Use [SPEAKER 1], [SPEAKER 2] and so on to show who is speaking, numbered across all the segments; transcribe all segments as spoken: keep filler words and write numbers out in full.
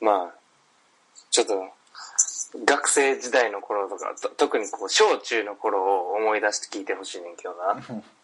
[SPEAKER 1] まあちょっと学生時代の頃とか特にこう小中の頃を思い出して聞いてほしいねんけどな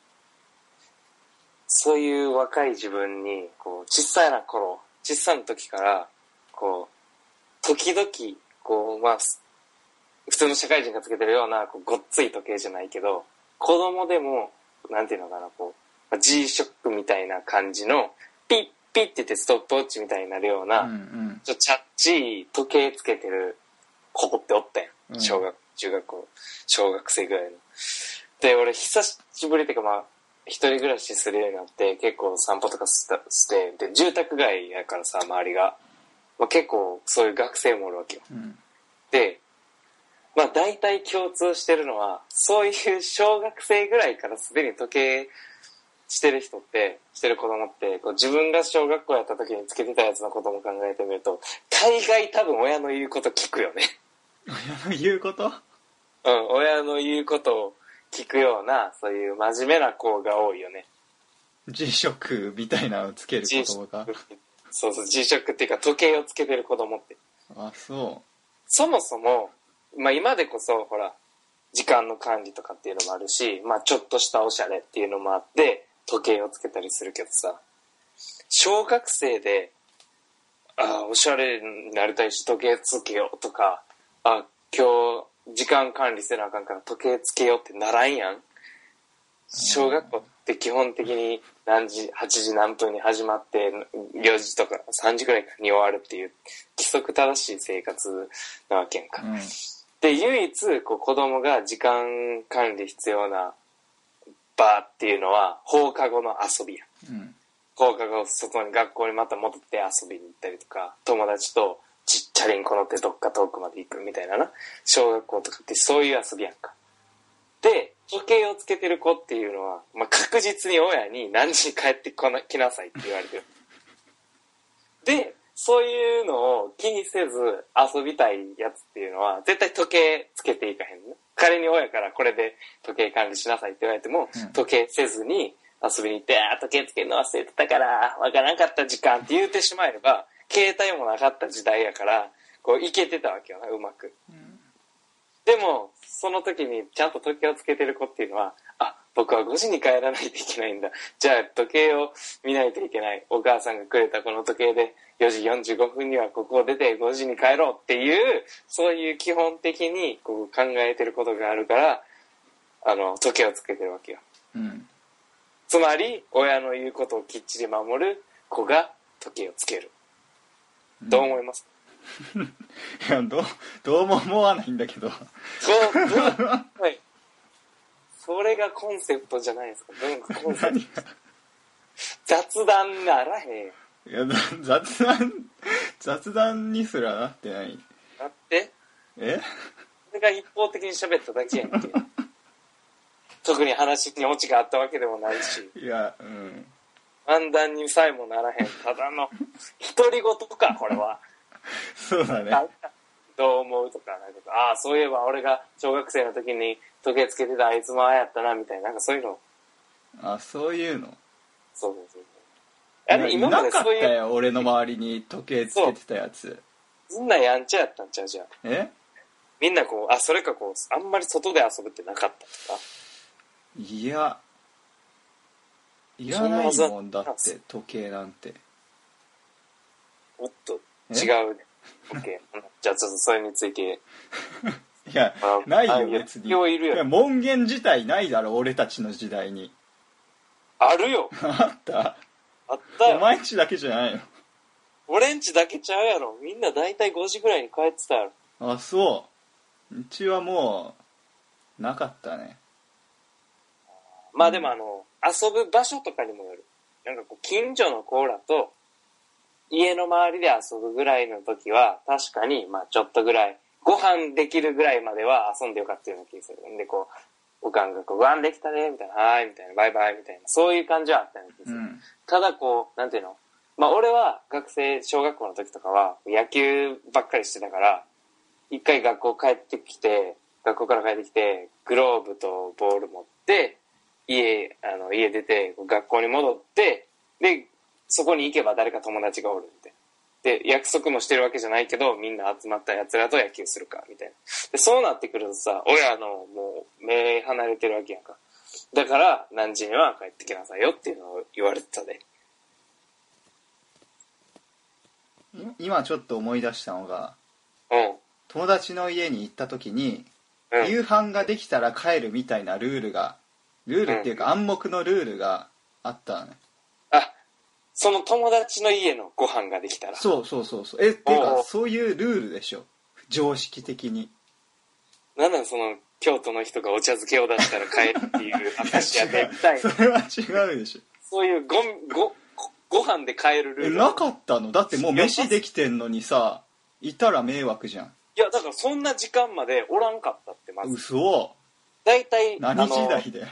[SPEAKER 1] そういう若い自分にこう小さいな頃小さな時からこう時々こうまあ普通の社会人がつけてるようなこうごっつい時計じゃないけど子供でもなんていうのかなこう G ショックみたいな感じのピッピッって言ってストップウォッチみたいになるような、
[SPEAKER 2] うんうん、
[SPEAKER 1] ちょっとチャッチい時計つけてる子っておったやん、小学、中学校小学生ぐらいので俺久しぶりっていうかまあ一人暮らしするようになって結構散歩とかしてで住宅街やからさ周りが、まあ、結構そういう学生もおるわけよ、
[SPEAKER 2] うん、
[SPEAKER 1] でまあ大体共通してるのはそういう小学生ぐらいからすでに時計してる人ってしてる子供ってこう自分が小学校やった時につけてたやつのことも考えてみると大概多分親の言うこと聞くよね
[SPEAKER 2] 親の言うこと
[SPEAKER 1] うん親の言うことを聞くようなそういう真面目な子が多いよね。
[SPEAKER 2] G ショックみたいなのをつける子供が
[SPEAKER 1] そうそう G ショックっていうか時計をつけてる子供って
[SPEAKER 2] あそう
[SPEAKER 1] そもそもまあ今でこそほら時間の管理とかっていうのもあるしまあちょっとしたおしゃれっていうのもあって時計をつけたりするけどさ小学生であおしゃれになりたいし時計つけようとかあ今日時間管理せなあかんから時計つけようってならんやん。小学校って基本的に何時はちじ何分に始まってよじとかさんじくらいに終わるっていう規則正しい生活なわけやんか、
[SPEAKER 2] うん、
[SPEAKER 1] で唯一こう子供が時間管理必要な場っていうのは放課後の遊びや、
[SPEAKER 2] うん、
[SPEAKER 1] 放課後外に学校にまた戻って遊びに行ったりとか友達とちっちゃりんこ乗ってどっか遠くまで行くみたいなな小学校とかってそういう遊びやんか。で時計をつけてる子っていうのは、まあ、確実に親に何時に帰ってこな来なさいって言われてるでそういうのを気にせず遊びたいやつっていうのは絶対時計つけていかへんね。仮に親からこれで時計管理しなさいって言われても、うん、時計せずに遊びに行ってあ時計つけるの忘れてたからわからんかった時間って言ってしまえば携帯もなかった時代やからこういけてたわけよなうまく、うん、でもその時にちゃんと時計をつけてる子っていうのはあ僕はごじに帰らないといけないんだじゃあ時計を見ないといけないお母さんがくれたこの時計でよじよんじゅうごふんにはここを出てごじに帰ろうっていうそういう基本的にこう考えてることがあるからあの時計をつけてるわけよ、
[SPEAKER 2] うん、
[SPEAKER 1] つまり親の言うことをきっちり守る子が時計をつける、うん、どう思います
[SPEAKER 2] いやどう、どうも思わないんだけど
[SPEAKER 1] そうどう、はい、それがコンセプトじゃないですか。なんかコンセプト雑談ならへん。
[SPEAKER 2] いや雑談雑談にすらなってない。
[SPEAKER 1] なって
[SPEAKER 2] え
[SPEAKER 1] それが一方的に喋っただけやんけ特に話にオチがあったわけでもないし
[SPEAKER 2] いやうん
[SPEAKER 1] 漫談にさえもならへんただの独り言かこれは
[SPEAKER 2] そうだね
[SPEAKER 1] どう思うとかなんかああそういえば俺が小学生の時に時計つけてたあいつもああやったなみたいななんかそういうの
[SPEAKER 2] あそういうの
[SPEAKER 1] そうそうそうあれ今までそういう
[SPEAKER 2] なかったよ俺の周りに時計つけてたやつ
[SPEAKER 1] そんなやんちゃやったんちゃうじゃん
[SPEAKER 2] え
[SPEAKER 1] みんなこうあそれかこうあんまり外で遊ぶってなかったとか
[SPEAKER 2] いやいらないもんだって時計なんて
[SPEAKER 1] おっと違うね時計じゃあちょっとそれについて
[SPEAKER 2] いやないよ別に
[SPEAKER 1] いるよ
[SPEAKER 2] いや門限自体ないだろ俺たちの時代に
[SPEAKER 1] あるよ
[SPEAKER 2] あった
[SPEAKER 1] あったよ
[SPEAKER 2] お前んちだけじゃないの
[SPEAKER 1] 俺んちだけちゃうやろみんなだいたいごじぐらいに帰ってたやろ
[SPEAKER 2] あそううちはもうなかったね
[SPEAKER 1] まあでもあの遊ぶ場所とかにもよるなんかこう近所のコーラと家の周りで遊ぶぐらいの時は確かにまあちょっとぐらいご飯できるぐらいまでは遊んでよかったような気がするんでこうおかんがこうご飯できたねみたいなはーいみたいなバイバイみたいなそういう感じはあったような気がする、うん、ただこうなんていうのまあ俺は学生小学校の時とかは野球ばっかりしてたから一回学校帰ってきて学校から帰ってきてグローブとボール持って家あの家出て学校に戻ってでそこに行けば誰か友達がおるみたいで、約束もしてるわけじゃないけど、みんな集まった奴らと野球するか、みたいな。で、そうなってくるとさ、親のもう目離れてるわけやんか。だから、何時には帰ってきなさいよっていうのを言われてたで。
[SPEAKER 2] 今ちょっと思い出したのが、
[SPEAKER 1] うん。
[SPEAKER 2] 友達の家に行った時に、
[SPEAKER 1] うん、
[SPEAKER 2] 夕飯ができたら帰るみたいなルールが、ルールっていうか暗黙のルールがあったのね。
[SPEAKER 1] あ、その友達の家のご飯ができたら。
[SPEAKER 2] そうそうそうそう。え、っていうか、そういうルールでしょ。常識的に。
[SPEAKER 1] なんなんその、京都の人がお茶漬けを出したら帰るっていう話は絶対。
[SPEAKER 2] それは違うでしょ。
[SPEAKER 1] そういうご、ご、ご飯で帰るルール。
[SPEAKER 2] え、なかったの？だってもう飯できてんのにさ、いたら迷惑じゃん。
[SPEAKER 1] いや、だからそんな時間までおらんかったってまず。
[SPEAKER 2] 嘘。
[SPEAKER 1] だいたい、
[SPEAKER 2] 何時代だよ。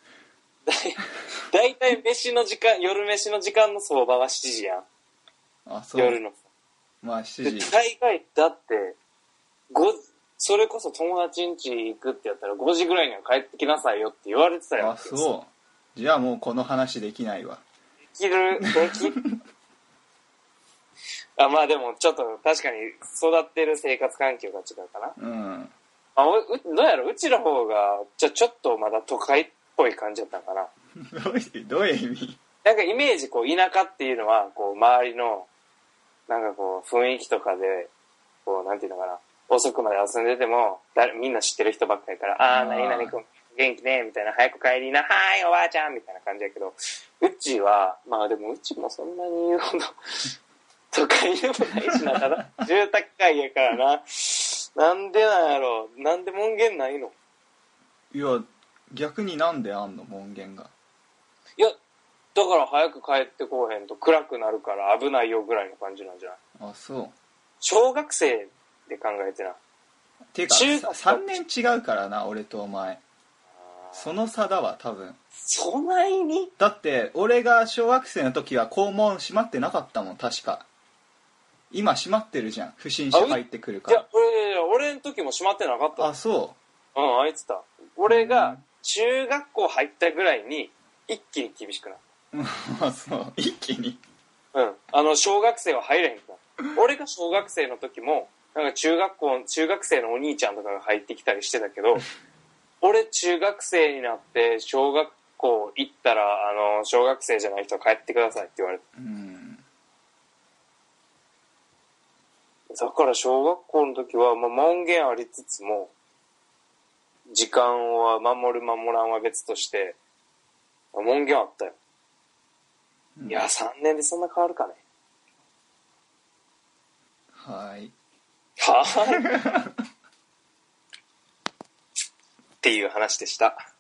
[SPEAKER 1] だいたい飯の時間、夜飯の時間の相場はしちじやん。
[SPEAKER 2] あ、そう。
[SPEAKER 1] 夜の。
[SPEAKER 2] まあしちじ。
[SPEAKER 1] 大概だって、ご、それこそ友達ん家行くってやったらごじぐらいには帰ってきなさいよって言われてたよ。
[SPEAKER 2] あ、そう。じゃあもうこの話できないわ。
[SPEAKER 1] できる、できあ、まあでもちょっと確かに育ってる生活環境が違うかな。
[SPEAKER 2] うん。
[SPEAKER 1] あ、う、どうやろうちの方が、じゃちょっとまだ都会っぽい感じだったのかな。
[SPEAKER 2] どういう、どういう意味？
[SPEAKER 1] なんかイメージ、こう、田舎っていうのは、こう、周りの、なんかこう、雰囲気とかで、こう、なんていうのかな、遅くまで遊んでても、誰、みんな知ってる人ばっかりから、あー、なになにくん、元気ねみたいな、早く帰りな、はーい、おばあちゃんみたいな感じやけど、うちは、まあでもうちもそんなに言うほど、都会でもないしな、ただ、住宅街やからな。なんでなんやろう、なんで門限ないの？
[SPEAKER 2] いや、逆になんであんの門限が。
[SPEAKER 1] いや、だから早く帰ってこうへんと暗くなるから危ないよぐらいの感じなんじゃない？
[SPEAKER 2] あ、そう。
[SPEAKER 1] 小学生で考えてな。
[SPEAKER 2] てかさんねん違うからな、俺とお前。その差だわ、多分。
[SPEAKER 1] そないに？
[SPEAKER 2] だって俺が小学生の時は校門閉まってなかったもん、確か。今閉まってるじゃん、不審者入ってくるから。
[SPEAKER 1] いや、俺、俺の時も閉まってなかった。
[SPEAKER 2] あ、そう。
[SPEAKER 1] うん、あいつだ。俺が中学校入ったぐらいに一気に厳しくなった。
[SPEAKER 2] あ、そう。一気に。
[SPEAKER 1] うん。あの、小学生は入れへんか。俺が小学生の時も、なんか中学校、中学生のお兄ちゃんとかが入ってきたりしてたけど、俺中学生になって小学校行ったら、あの、小学生じゃない人は帰ってくださいって言われた。
[SPEAKER 2] うん。
[SPEAKER 1] だから小学校の時は、まあ、門限ありつつも、時間は守る守らんは別として、門限あったよ。うん、いや、さんねんでそんな変わるかね。
[SPEAKER 2] はい。
[SPEAKER 1] はぁっていう話でした。